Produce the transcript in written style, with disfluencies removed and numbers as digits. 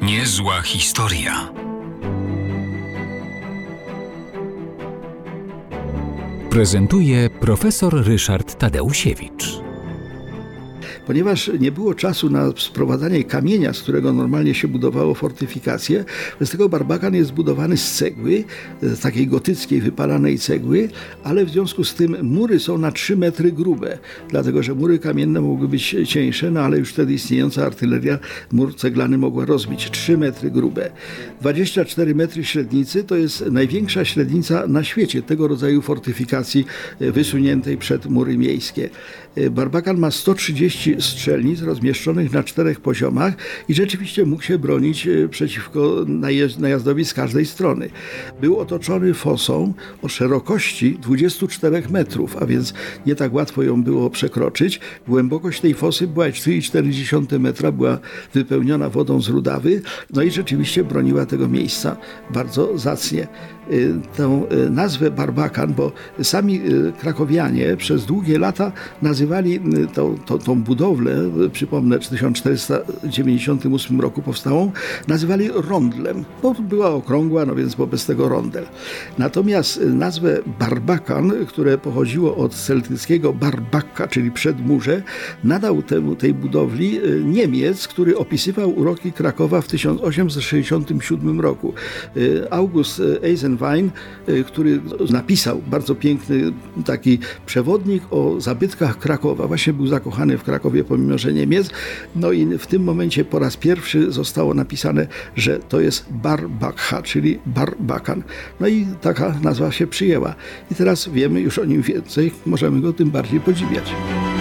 Niezła historia. Prezentuje profesor Ryszard Tadeusiewicz. Ponieważ nie było czasu na sprowadzanie kamienia, z którego normalnie się budowało fortyfikacje, z tego barbakan jest zbudowany z cegły, z takiej gotyckiej, wypalanej cegły, ale w związku z tym mury są na 3 metry grube, dlatego że mury kamienne mogły być cieńsze, no ale już wtedy istniejąca artyleria mur ceglany mogła rozbić. 3 metry grube. 24 metry średnicy to jest największa średnica na świecie tego rodzaju fortyfikacji wysuniętej przed mury miejskie. Barbakan ma 130 strzelnic rozmieszczonych na 4 poziomach i rzeczywiście mógł się bronić przeciwko najazdowi z każdej strony. Był otoczony fosą o szerokości 24 metrów, a więc nie tak łatwo ją było przekroczyć. Głębokość tej fosy była 3,4 metra, była wypełniona wodą z Rudawy, no i rzeczywiście broniła tego miejsca bardzo zacnie. Tę nazwę barbakan, bo sami krakowianie przez długie lata nazywali tą budowlę, przypomnę, w 1498 roku powstałą, nazywali rondlem, bo była okrągła, no więc wobec tego rondel. Natomiast nazwę barbakan, które pochodziło od celtyckiego barbacca, czyli przedmurze, nadał tej budowli Niemiec, który opisywał uroki Krakowa w 1867 roku. August Eisenwein, który napisał bardzo piękny taki przewodnik o zabytkach Krakowa. Właśnie był zakochany w Krakowie, pomimo że Niemiec. No i w tym momencie po raz pierwszy zostało napisane, że to jest Barbaccha, czyli barbakan. No i taka nazwa się przyjęła. I teraz wiemy już o nim więcej, możemy go tym bardziej podziwiać.